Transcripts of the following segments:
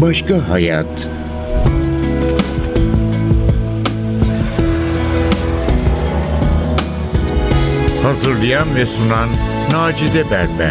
başka hayat. Hazırlayan ve sunan Nacide Berber.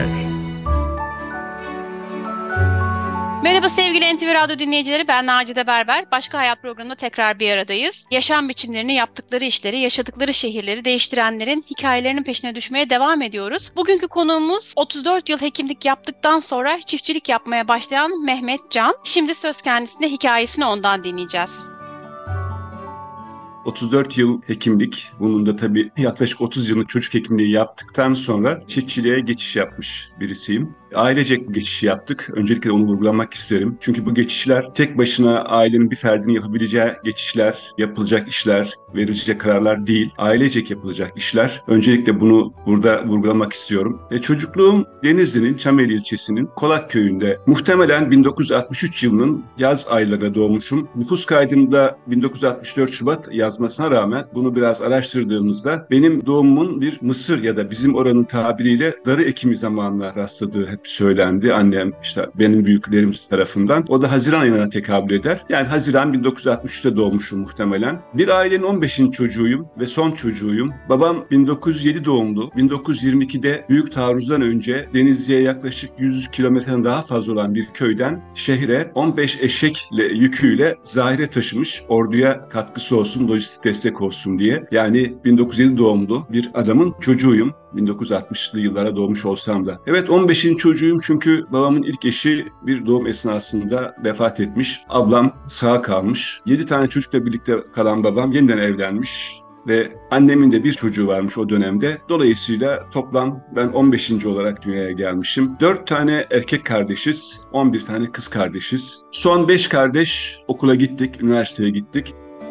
Merhaba sevgili NTV Radyo dinleyicileri, ben Nacide Berber. Başka Hayat programında tekrar bir aradayız. Yaşam biçimlerini, yaptıkları işleri, yaşadıkları şehirleri değiştirenlerin hikayelerinin peşine düşmeye devam ediyoruz. Bugünkü konuğumuz 34 yıl hekimlik yaptıktan sonra çiftçilik yapmaya başlayan Mehmet Can. Şimdi söz kendisine, hikayesini ondan dinleyeceğiz. 34 yıl hekimlik, bunun da tabii yaklaşık 30 yıllık çocuk hekimliği yaptıktan sonra çiftçiliğe geçiş yapmış birisiyim. Ailecek geçiş yaptık. Öncelikle onu vurgulamak isterim. Çünkü bu geçişler tek başına ailenin bir ferdinin yapabileceği geçişler, yapılacak işler, verilecek kararlar değil. Ailecek yapılacak işler. Öncelikle bunu burada vurgulamak istiyorum. Çocukluğum Denizli'nin Çameli ilçesinin Kolak köyünde. Muhtemelen 1963 yılının yaz aylarında doğmuşum. Nüfus kaydımda 1964 Şubat yazmasına rağmen bunu biraz araştırdığımızda benim doğumumun bir Mısır ya da bizim oranın tabiriyle darı ekimi zamanına rastladığı hep söylendi. Annem, işte benim büyüklerim tarafından. O da Haziran ayına tekabül eder. Yani Haziran 1963'te doğmuşum muhtemelen. Bir ailenin 15. çocuğuyum ve son çocuğuyum. Babam 1907 doğumlu. 1922'de büyük taarruzdan önce Denizli'ye yaklaşık 100 kilometreden daha fazla olan bir köyden şehre 15 eşekle yüküyle zahire taşımış. Orduya katkısı olsun, lojistik destek olsun diye. Yani 1907 doğumlu bir adamın çocuğuyum. 1960'lı yıllara doğmuş olsam da. Evet, 15. çocuğuyum çünkü babamın ilk eşi bir doğum esnasında vefat etmiş. Ablam sağ kalmış. 7 tane çocukla birlikte kalan babam yeniden evlenmiş. Ve annemin de bir çocuğu varmış o dönemde. Dolayısıyla toplam ben 15. olarak dünyaya gelmişim. 4 tane erkek kardeşiz, 11 tane kız kardeşiz. Son 5 kardeş okula gittik, üniversiteye gittik.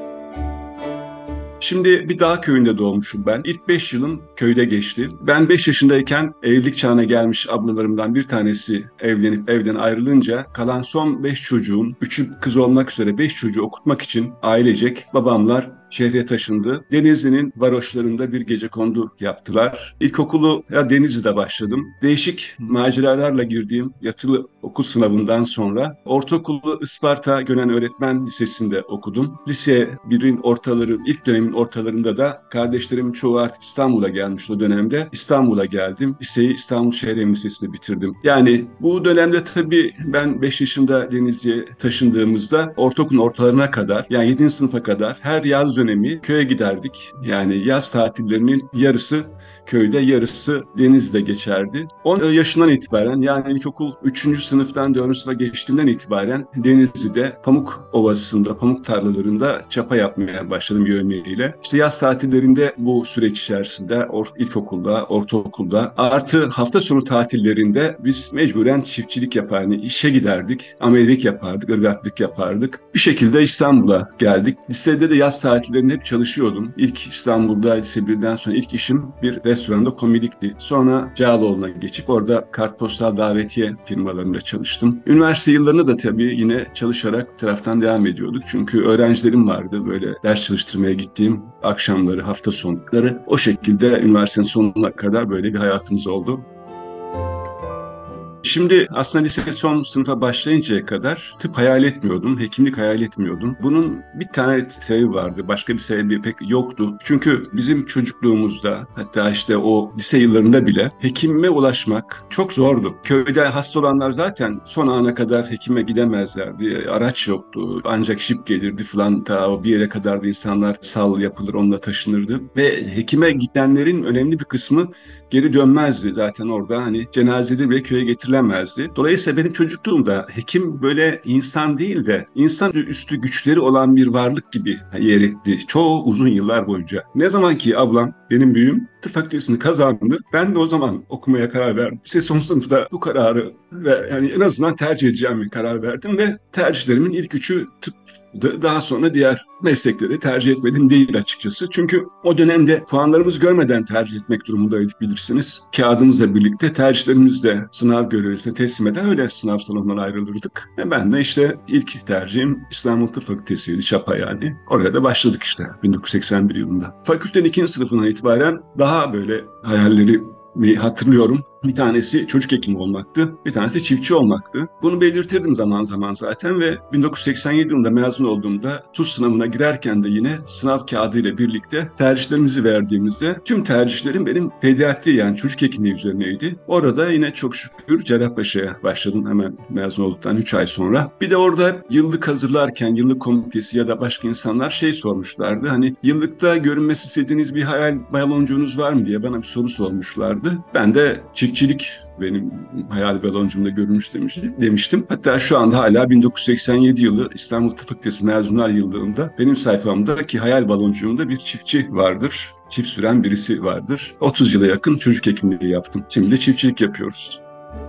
Şimdi bir dağ köyünde doğmuşum ben. İlk 5 yılım köyde geçti. Ben 5 yaşındayken evlilik çağına gelmiş ablalarımdan bir tanesi evlenip evden ayrılınca kalan son 5 çocuğun, 3'ü kız olmak üzere 5 çocuğu okutmak için ailecek babamlar şehre taşındı. Denizli'nin varoşlarında bir gecekondu yaptılar. İlkokulu Denizli'de başladım. Değişik maceralarla girdiğim yatılı okul sınavından sonra ortaokulu Isparta Gönen Öğretmen Lisesi'nde okudum. Lise 1'in ortaları, ilk dönemin ortalarında da kardeşlerimin çoğu artık İstanbul'a gelmiş o dönemde. İstanbul'a geldim. Liseyi İstanbul Şehriye Lisesi'nde bitirdim. Yani bu dönemde tabii ben 5 yaşında Denizli'ye taşındığımızda ortaokulun ortalarına kadar, yani 7. sınıfa kadar her yaz dönemi köye giderdik. Yani yaz tatillerinin yarısı köyde, yarısı denizde geçerdi. 10 yaşından itibaren, yani ilkokul 3. sınıftan 4. sınıfa geçtiğimden itibaren Denizli'de Pamuk Ovası'nda, pamuk tarlalarında çapa yapmaya başladım yövmeyle. İşte yaz tatillerinde bu süreç içerisinde ilkokulda, ortaokulda artı hafta sonu tatillerinde biz mecburen çiftçilik yapardık, işe giderdik, amelelik yapardık, ırgatlık yapardık. Bir şekilde İstanbul'a geldik. Lisede de yaz tatillerinde hep çalışıyordum. İlk İstanbul'da lise 1'den sonra ilk işim bir restoranda komilikti. Sonra Cağaloğlu'na geçip orada kartpostal davetiye firmalarında çalıştım. Üniversite yıllarında da tabii yine çalışarak bir taraftan devam ediyorduk. Çünkü öğrencilerim vardı böyle ders çalıştırmaya gittiğim akşamları, hafta sonları. O şekilde üniversitenin sonuna kadar böyle bir hayatımız oldu. Şimdi aslında lise son sınıfa başlayıncaya kadar tıp hayal etmiyordum, hekimlik hayal etmiyordum. Bunun bir tane sebebi vardı, başka bir sebebi pek yoktu. Çünkü bizim çocukluğumuzda, hatta işte o lise yıllarında bile hekime ulaşmak çok zordu. Köyde hasta olanlar zaten son ana kadar hekime gidemezlerdi. Araç yoktu, ancak jip gelirdi falan, ta o bir yere kadar da insanlar sal yapılır, onunla taşınırdı. Ve hekime gidenlerin önemli bir kısmı geri dönmezdi zaten orada, hani cenazede bile köye getirilemezdi. Dolayısıyla benim çocukluğumda hekim böyle insan değil de insanüstü güçleri olan bir varlık gibi yer etti. Çoğu uzun yıllar boyunca. Ne zaman ki ablam, benim büyüğüm, tıp fakültesini kazandı, ben de o zaman okumaya karar verdim. Lise son sınıfta bu kararı ve yani en azından tercih edeceğim bir karar verdim ve tercihlerimin ilk üçü tıp. Daha sonra diğer meslekleri tercih etmedim değil açıkçası. Çünkü o dönemde puanlarımızı görmeden tercih etmek durumundaydık, bilirsiniz. Kağıdımızla birlikte tercihlerimizle sınav görevlisine teslim eden öyle sınav salonundan ayrılırdık. Ve ben de işte ilk tercihim İstanbul Tıp Fakültesi'ydi, Çapa yani. Oraya da başladık işte 1981 yılında. Fakültenin 2. sınıfından itibaren daha böyle hayalleri hatırlıyorum. Bir tanesi çocuk hekimi olmaktı, bir tanesi çiftçi olmaktı. Bunu belirtirdim zaman zaman zaten ve 1987 yılında mezun olduğumda TUS sınavına girerken de yine sınav kağıdı ile birlikte tercihlerimizi verdiğimizde tüm tercihlerim benim pediatri yani çocuk hekimliği üzerineydi. Orada yine çok şükür Cerrahpaşa'ya başladım hemen mezun olduktan 3 ay sonra. Bir de orada yıllık hazırlarken yıllık komitesi ya da başka insanlar sormuşlardı. Hani yıllıkta görünmesi istediğiniz bir hayal baloncuğunuz var mı diye bana bir soru sormuşlardı. Ben de çiftçilik benim hayal baloncumda görülmüş demiştim. Hatta şu anda hala 1987 yılı İstanbul Tıp Fakültesi mezunlar yıllığında benim sayfamdaki hayal baloncuğumda bir çiftçi vardır. Çift süren birisi vardır. 30 yıla yakın çocuk hekimliği yaptım. Şimdi de çiftçilik yapıyoruz.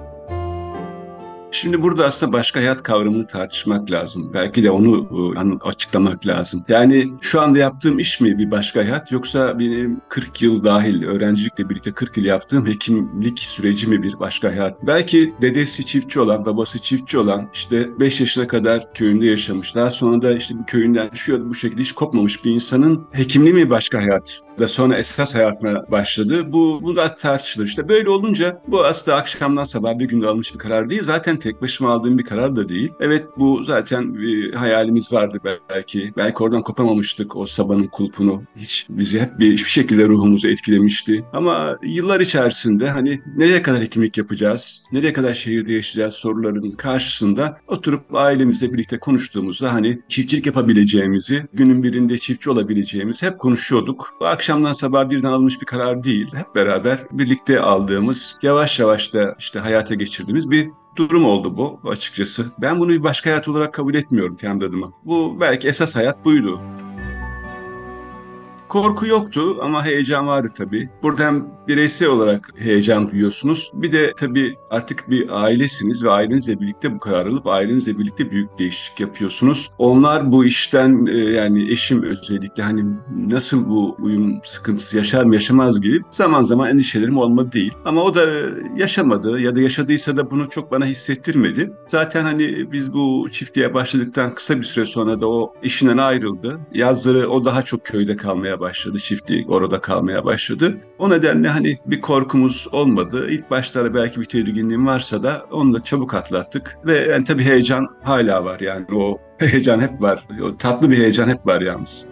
Şimdi burada aslında başka hayat kavramını tartışmak lazım. Belki de onu açıklamak lazım. Yani şu anda yaptığım iş mi bir başka hayat yoksa benim 40 yıl dahil öğrencilikle birlikte 40 yıl yaptığım hekimlik süreci mi bir başka hayat? Belki dedesi çiftçi olan, babası çiftçi olan 5 yaşına kadar köyünde yaşamış. Daha sonra da bu köyünden şu ya da bu şekilde hiç kopmamış bir insanın hekimliği mi başka hayat? Da sonra esas hayatına başladı. Bu da tartışılır. Böyle olunca bu aslında akşamdan sabah bir günde alınmış bir karar değil. Zaten tek başıma aldığım bir karar da değil. Evet bu zaten bir hayalimiz vardı belki. Belki oradan kopamamıştık o sabanın kulpunu. Bizi hep hiçbir şekilde ruhumuzu etkilemişti. Ama yıllar içerisinde nereye kadar hekimlik yapacağız? Nereye kadar şehirde yaşayacağız soruların karşısında oturup ailemizle birlikte konuştuğumuzda çiftçilik yapabileceğimizi, günün birinde çiftçi olabileceğimizi hep konuşuyorduk. Bu akşamdan sabah birden alınmış bir karar değil. Hep beraber birlikte aldığımız, yavaş yavaş da hayata geçirdiğimiz bir durum oldu bu açıkçası. Ben bunu bir başka hayat olarak kabul etmiyorum kendi adıma. Bu belki esas hayat buydu. Korku yoktu ama heyecan vardı tabii. Burada hem bireysel olarak heyecan duyuyorsunuz. Bir de tabii artık bir ailesiniz ve ailenizle birlikte bu kararı alıp ailenizle birlikte büyük değişiklik yapıyorsunuz. Onlar bu işten yani eşim özellikle nasıl bu uyum sıkıntısı yaşar mı yaşamaz gibi zaman zaman endişelerim olmadı değil. Ama o da yaşamadı ya da yaşadıysa da bunu çok bana hissettirmedi. Zaten biz bu çiftliğe başladıktan kısa bir süre sonra da o işinden ayrıldı. Yazları o daha çok köyde kalmaya başladı. Çiftlik orada kalmaya başladı. O nedenle bir korkumuz olmadı. İlk başlarda belki bir tedirginliğim varsa da onu da çabuk atlattık. Ve tabii heyecan hala var o heyecan hep var. O tatlı bir heyecan hep var yalnız.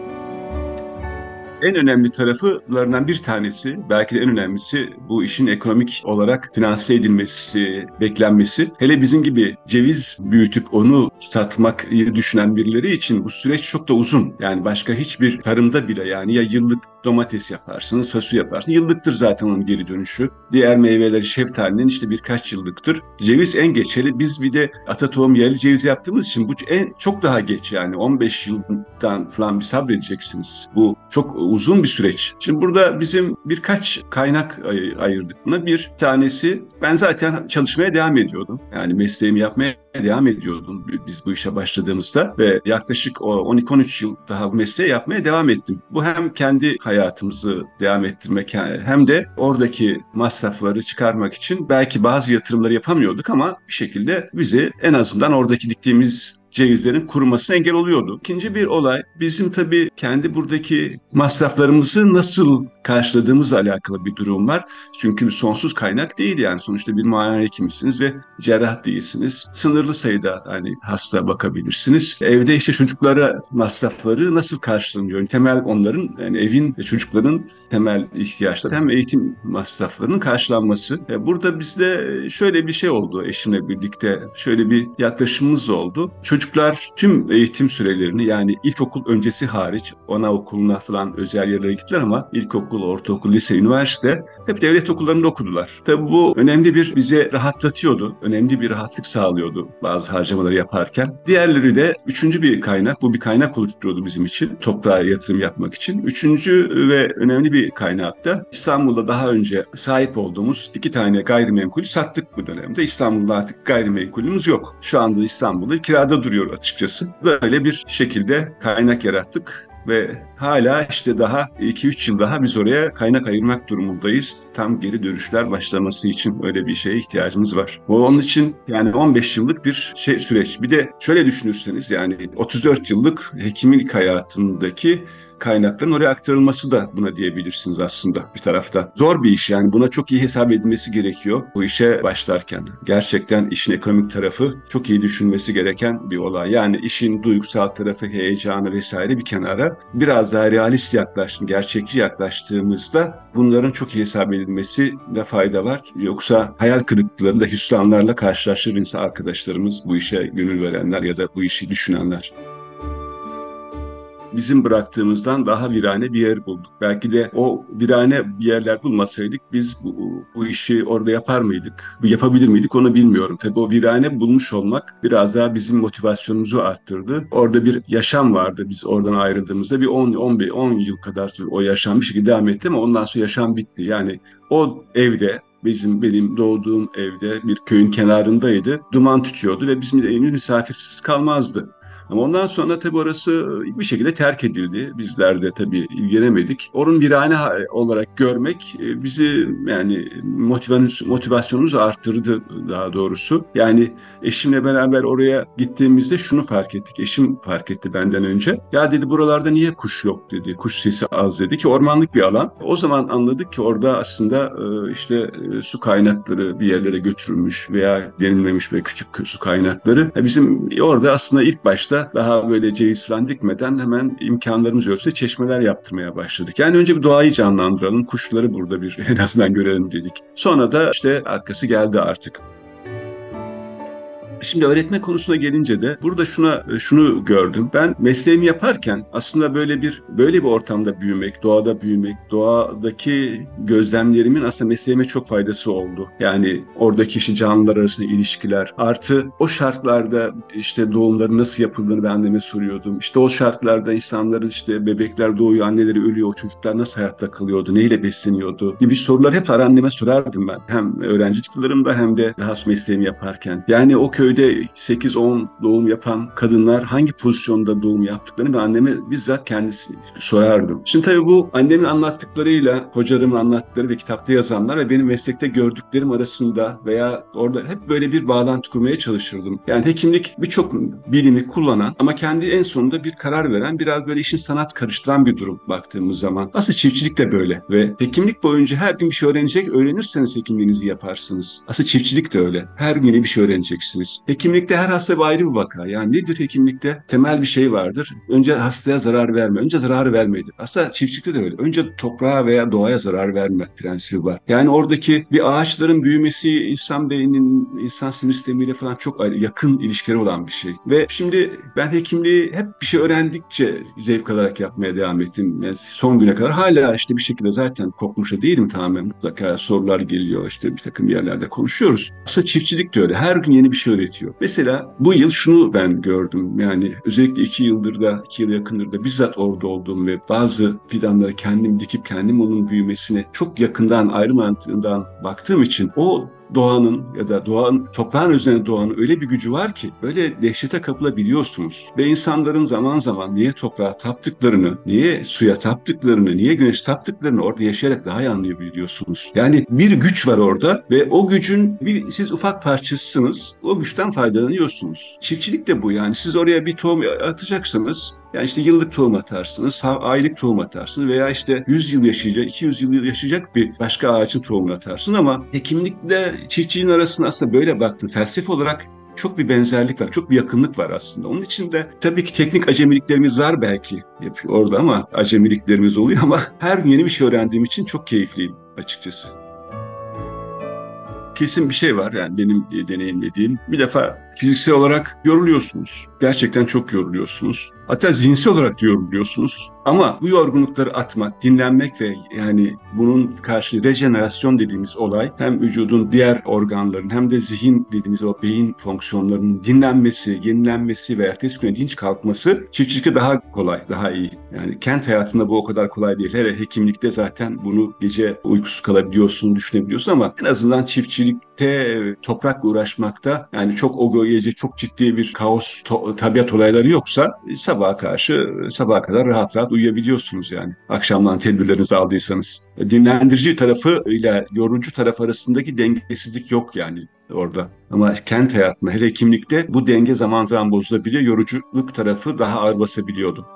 En önemli taraflarından bir tanesi, belki de en önemlisi bu işin ekonomik olarak finanse edilmesi, beklenmesi. Hele bizim gibi ceviz büyütüp onu satmak düşünen birileri için bu süreç çok da uzun. Yani başka hiçbir tarımda bile ya yıllık domates yaparsınız, fasulye yaparsınız. Yıllıktır zaten onun geri dönüşü. Diğer meyveleri şeftalinin birkaç yıllıktır. Ceviz en geç. Hele biz bir de ata tohum yerli ceviz yaptığımız için bu çok daha geç 15 yıldan falan bir sabredeceksiniz. Bu çok uzun bir süreç. Şimdi burada bizim birkaç kaynak ayırdık buna. Bir tanesi ben zaten çalışmaya devam ediyordum. Yani mesleğimi yapmaya devam ediyordum biz bu işe başladığımızda ve yaklaşık 12-13 yıl daha bu mesleği yapmaya devam ettim. Bu hem kendi hayatımızı devam ettirmek hem de oradaki masrafları çıkarmak için belki bazı yatırımları yapamıyorduk ama bir şekilde bizi en azından oradaki diktiğimiz cevizlerin kurumasına engel oluyordu. İkinci bir olay bizim tabii kendi buradaki masraflarımızı nasıl karşıladığımızla alakalı bir durum var. Çünkü bir sonsuz kaynak değil sonuçta bir muayene hekimisiniz ve cerrah değilsiniz. Sınırlı sayıda hasta bakabilirsiniz. Evde çocuklara masrafları nasıl karşılanıyor? Temel onların evin ve çocukların temel ihtiyaçları hem eğitim masraflarının karşılanması. Burada bizde şöyle bir şey oldu eşimle birlikte. Şöyle bir yaklaşımımız oldu. Çocuklar tüm eğitim sürelerini ilkokul öncesi hariç anaokuluna falan özel yerlere gittiler ama ilkokul, ortaokul, lise, üniversite hep devlet okullarında okudular. Tabii bu önemli bize rahatlatıyordu. Önemli bir rahatlık sağlıyordu bazı harcamaları yaparken. Diğerleri de üçüncü bir kaynak. Bu bir kaynak oluşturuyordu bizim için. Toprağa yatırım yapmak için. Üçüncü ve önemli bir kaynak da İstanbul'da daha önce sahip olduğumuz 2 tane gayrimenkulü sattık bu dönemde. İstanbul'da artık gayrimenkulümüz yok. Şu anda İstanbul'da kirada duruyor açıkçası. Böyle bir şekilde kaynak yarattık ve hala işte daha 2-3 yıl daha biz oraya kaynak ayırmak durumundayız. Tam geri dönüşler başlaması için öyle bir şeye ihtiyacımız var. Onun için yani 15 yıllık bir süreç. Bir de şöyle düşünürseniz yani 34 yıllık hekimlik hayatındaki kaynakların oraya aktarılması da buna diyebilirsiniz aslında bir tarafta. Zor bir iş yani, buna çok iyi hesap edilmesi gerekiyor bu işe başlarken. Gerçekten işin ekonomik tarafı çok iyi düşünmesi gereken bir olay. Yani işin duygusal tarafı, heyecanı vesaire bir kenara, biraz daha realist gerçekçi yaklaştığımızda bunların çok iyi hesap edilmesine fayda var. Yoksa hayal kırıklıklarında, hüsranlarla karşılaşır insan arkadaşlarımız, bu işe gönül verenler ya da bu işi düşünenler. Bizim bıraktığımızdan daha virane bir yer bulduk. Belki de o virane bir yerler bulmasaydık biz bu işi orada yapar mıydık? Yapabilir miydik onu bilmiyorum. Tabii o virane bulmuş olmak biraz daha bizim motivasyonumuzu arttırdı. Orada bir yaşam vardı biz oradan ayrıldığımızda. Bir 10 yıl kadar o yaşam bir şekilde devam etti ama ondan sonra yaşam bitti. Yani o evde, benim doğduğum evde bir köyün kenarındaydı. Duman tütüyordu ve bizim evimiz misafirsiz kalmazdı. Ama ondan sonra tabii orası bir şekilde terk edildi. Bizler de tabii ilgilenemedik. Onun virane olarak görmek bizi yani motivasyonumuzu arttırdı daha doğrusu. Yani eşimle beraber oraya gittiğimizde şunu fark ettik. Eşim fark etti benden önce. Ya dedi, buralarda niye kuş yok dedi. Kuş sesi az dedi ki, ormanlık bir alan. O zaman anladık ki orada aslında su kaynakları bir yerlere götürülmüş veya denilmemiş ve küçük su kaynakları. Bizim orada aslında ilk başta daha böyle ceviz falan dikmeden hemen imkanlarımız yoksa çeşmeler yaptırmaya başladık. Yani önce bir doğayı canlandıralım, kuşları burada bir en azından görelim dedik. Sonra da işte arkası geldi artık. Şimdi öğretme konusuna gelince de burada şunu gördüm. Ben mesleğimi yaparken aslında böyle bir ortamda büyümek, doğada büyümek, doğadaki gözlemlerimin aslında mesleğime çok faydası oldu. Yani oradaki işte canlılar arasında ilişkiler, artı o şartlarda işte doğumların nasıl yapıldığını ben anneme soruyordum. İşte o şartlarda insanların işte bebekler doğuyor, anneleri ölüyor, o çocuklar nasıl hayatta kalıyordu, neyle besleniyordu gibi sorular hep anneme sorardım ben. Hem öğrencilik yıllarımda hem de daha sonra mesleğimi yaparken. Yani o köyde 8-10 doğum yapan kadınlar hangi pozisyonda doğum yaptıklarını ben anneme bizzat kendisi sorardım. Şimdi tabii bu annemin anlattıklarıyla hocalarımın anlattıkları ve kitapta yazanlar ve benim meslekte gördüklerim arasında veya orada hep böyle bir bağlantı kurmaya çalışırdım. Yani hekimlik birçok bilimi kullanan ama kendi en sonunda bir karar veren, biraz böyle işin sanat karıştıran bir durum baktığımız zaman. Aslında çiftçilik de böyle ve hekimlik boyunca her gün bir şey öğrenirseniz hekimliğinizi yaparsınız. Aslında çiftçilik de öyle. Her gün bir şey öğreneceksiniz. Hekimlikte her hasta bir ayrı bir vaka. Yani nedir hekimlikte? Temel bir şey vardır. Önce hastaya zarar verme. Önce zararı vermeydir. Aslında çiftçilikte de öyle. Önce toprağa veya doğaya zarar verme prensibi var. Yani oradaki bir ağaçların büyümesi insan beyninin, insan sinir sistemiyle falan çok yakın ilişkileri olan bir şey. Ve şimdi ben hekimliği hep bir şey öğrendikçe zevk alarak yapmaya devam ettim. Yani son güne kadar hala işte bir şekilde zaten kopmuş da değilim tamamen. Mutlaka sorular geliyor, işte bir takım yerlerde konuşuyoruz. Aslında çiftçilik de öyle. Her gün yeni bir şey öğretiyor. Mesela bu yıl şunu ben gördüm. Yani özellikle 2 yıl yakındır da bizzat orada olduğum ve bazı fidanları kendim dikip kendim onun büyümesine çok yakından, ayrı mantığından baktığım için o doğanın ya da toprağın üzerine doğanın öyle bir gücü var ki böyle dehşete kapılabiliyorsunuz. Ve insanların zaman zaman niye toprağa taptıklarını, niye suya taptıklarını, niye güneş taptıklarını orada yaşayarak daha iyi anlayabiliyorsunuz. Yani bir güç var orada ve o gücün siz ufak parçasısınız. O güçten faydalanıyorsunuz. Çiftçilik de bu yani. Siz oraya bir tohum atacaksınız. Yani işte yıllık tohum atarsınız, aylık tohum atarsınız veya işte 100 yıl yaşayacak, 200 yıl yaşayacak bir başka ağacın tohumunu atarsın ama hekimlikle çiftçiliğin arasında aslında böyle baktın, felsefe olarak çok bir benzerlik var, çok bir yakınlık var aslında. Onun için de tabii ki teknik acemiliklerimiz var belki orada ama acemiliklerimiz oluyor ama her gün yeni bir şey öğrendiğim için çok keyifliyim açıkçası. Kesin bir şey var yani benim deneyimlediğim. Bir defa fiziksel olarak yoruluyorsunuz. Gerçekten çok yoruluyorsunuz. Hatta zihinsel olarak da yoruluyorsunuz. Ama bu yorgunlukları atmak, dinlenmek ve yani bunun karşı rejenerasyon dediğimiz olay hem vücudun diğer organların hem de zihin dediğimiz o beyin fonksiyonlarının dinlenmesi, yenilenmesi ve ertesi güne dinç kalkması çiftçilikte daha kolay, daha iyi. Yani kent hayatında bu o kadar kolay değil. Hele hekimlikte zaten bunu gece uykusuz kalabiliyorsun, düşünebiliyorsun ama en azından çiftçilikte toprakla uğraşmakta yani çok o gece çok ciddi bir kaos, tabiat olayları yoksa sabah sabaha kadar rahat rahat uyuyabiliyorsunuz yani. Akşamdan tedbirlerinizi aldıysanız. Dinlendirici tarafıyla yorucu taraf arasındaki dengesizlik yok yani orada. Ama kent hayatında, hele kimlikte bu denge zaman zaman bozulabiliyor. Yoruculuk tarafı daha ağır basabiliyordu.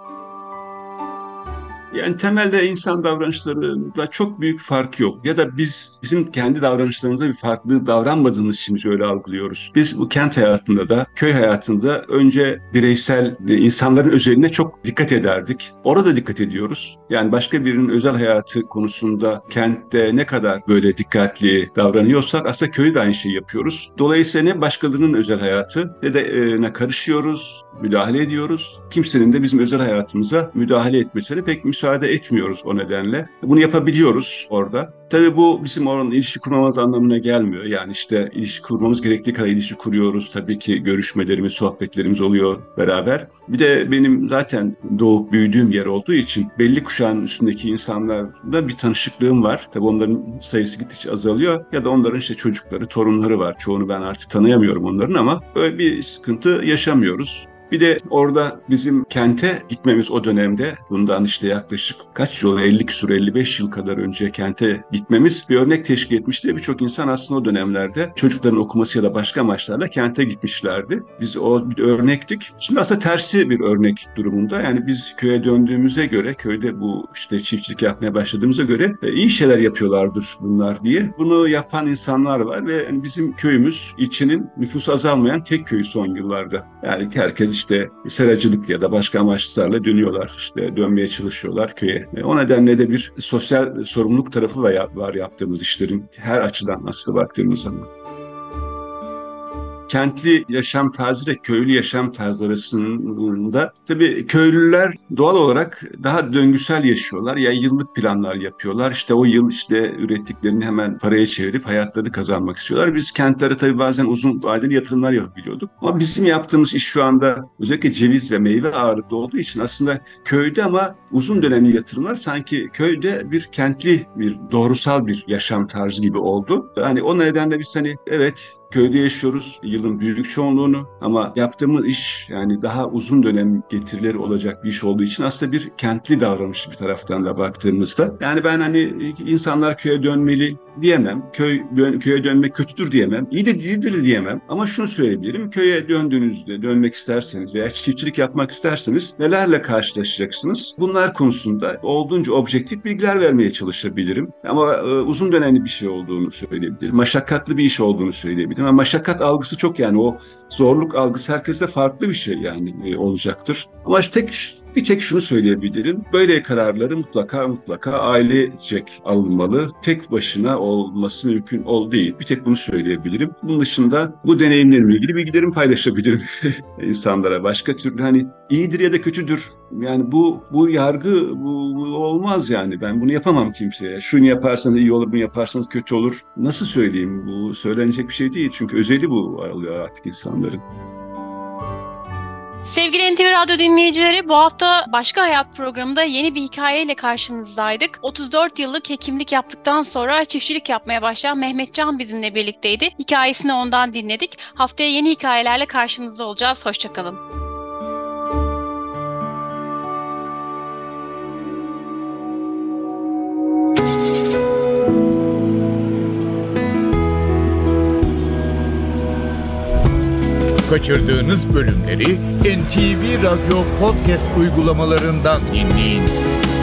Yani temelde insan davranışlarında çok büyük fark yok. Ya da bizim kendi davranışlarımızda bir farklı davranmadığımız için biz öyle algılıyoruz. Biz bu kent hayatında da, köy hayatında önce bireysel insanların özeline çok dikkat ederdik. Orada dikkat ediyoruz. Yani başka birinin özel hayatı konusunda kentte ne kadar böyle dikkatli davranıyorsak aslında köyde de aynı şeyi yapıyoruz. Dolayısıyla ne başkalarının özel hayatı ne de ne karışıyoruz, müdahale ediyoruz. Kimsenin de bizim özel hayatımıza müdahale etmesine pek müsaade etmiyoruz o nedenle. Bunu yapabiliyoruz orada. Tabii bu bizim oranın ilişki kurmamız anlamına gelmiyor. Yani işte ilişki kurmamız gerektiği kadar ilişki kuruyoruz. Tabii ki görüşmelerimiz, sohbetlerimiz oluyor beraber. Bir de benim zaten doğup büyüdüğüm yer olduğu için belli kuşağın üstündeki insanlarla bir tanışıklığım var. Tabii onların sayısı gittikçe azalıyor. Ya da onların işte çocukları, torunları var. Çoğunu ben artık tanıyamıyorum onların ama böyle bir sıkıntı yaşamıyoruz. Bir de orada bizim kente gitmemiz o dönemde, bundan işte yaklaşık kaç yıl, 50 küsur 55 yıl kadar önce kente gitmemiz bir örnek teşkil etmişti. Birçok insan aslında o dönemlerde çocukların okuması ya da başka amaçlarla kente gitmişlerdi. Biz o bir örnektik. Şimdi aslında tersi bir örnek durumunda. Yani biz köye döndüğümüze göre, köyde bu işte çiftçilik yapmaya başladığımıza göre iyi şeyler yapıyorlardır bunlar diye. Bunu yapan insanlar var ve yani bizim köyümüz ilçenin nüfusu azalmayan tek köyü son yıllarda. Yani herkes işte seracılık ya da başka amaçlarla dönüyorlar, işte dönmeye çalışıyorlar köye. O nedenle de bir sosyal sorumluluk tarafı var yaptığımız işlerin her açıdan aslında baktığımız zaman. Kentli yaşam tarzı ile köylü yaşam tarzı arasında tabii köylüler doğal olarak daha döngüsel yaşıyorlar. Ya yıllık planlar yapıyorlar. İşte o yıl işte ürettiklerini hemen paraya çevirip hayatlarını kazanmak istiyorlar. Biz kentlere tabii bazen uzun vadeli yatırımlar yapabiliyorduk. Ama bizim yaptığımız iş şu anda özellikle ceviz ve meyve ağırlıklı olduğu için aslında köyde ama uzun dönemli yatırımlar sanki köyde bir kentli bir doğrusal bir yaşam tarzı gibi oldu. Yani o nedenle biz evet köyde yaşıyoruz yılın büyük çoğunluğunu ama yaptığımız iş yani daha uzun dönem getirileri olacak bir iş olduğu için aslında bir kentli davranış bir taraftan da baktığımızda. Yani ben insanlar köye dönmeli diyemem. Köye dönmek kötüdür diyemem. İyi de değildir diyemem. Ama şunu söyleyebilirim. Köye döndüğünüzde, dönmek isterseniz veya çiftçilik yapmak isterseniz nelerle karşılaşacaksınız? Bunlar konusunda olduğunca objektif bilgiler vermeye çalışabilirim. Ama uzun dönemli bir şey olduğunu söyleyebilirim. Maşakkatli bir iş olduğunu söyleyebilirim. Ama maşakkat algısı çok yani o zorluk algısı herkeste farklı bir şey yani olacaktır. Ama bir tek şunu söyleyebilirim. Böyle kararları mutlaka ailecek alınmalı. Tek başına olması mümkün değil. Bir tek bunu söyleyebilirim. Bunun dışında bu deneyimlerimle ilgili bilgilerimi paylaşabilirim insanlara. Başka türlü iyidir ya da kötüdür. Yani bu yargı bu olmaz yani. Ben bunu yapamam kimseye. Şunu yaparsanız iyi olur, bunu yaparsanız kötü olur. Nasıl söyleyeyim? Bu söylenecek bir şey değil. Çünkü özeli bu oluyor artık insanların. Sevgili NTV Radyo dinleyicileri, bu hafta Başka Hayat programında yeni bir hikayeyle karşınızdaydık. 34 yıllık hekimlik yaptıktan sonra çiftçilik yapmaya başlayan Mehmetcan bizimle birlikteydi. Hikayesini ondan dinledik. Haftaya yeni hikayelerle karşınızda olacağız. Hoşçakalın. Kaçırdığınız bölümleri NTV Radyo Podcast uygulamalarından dinleyin.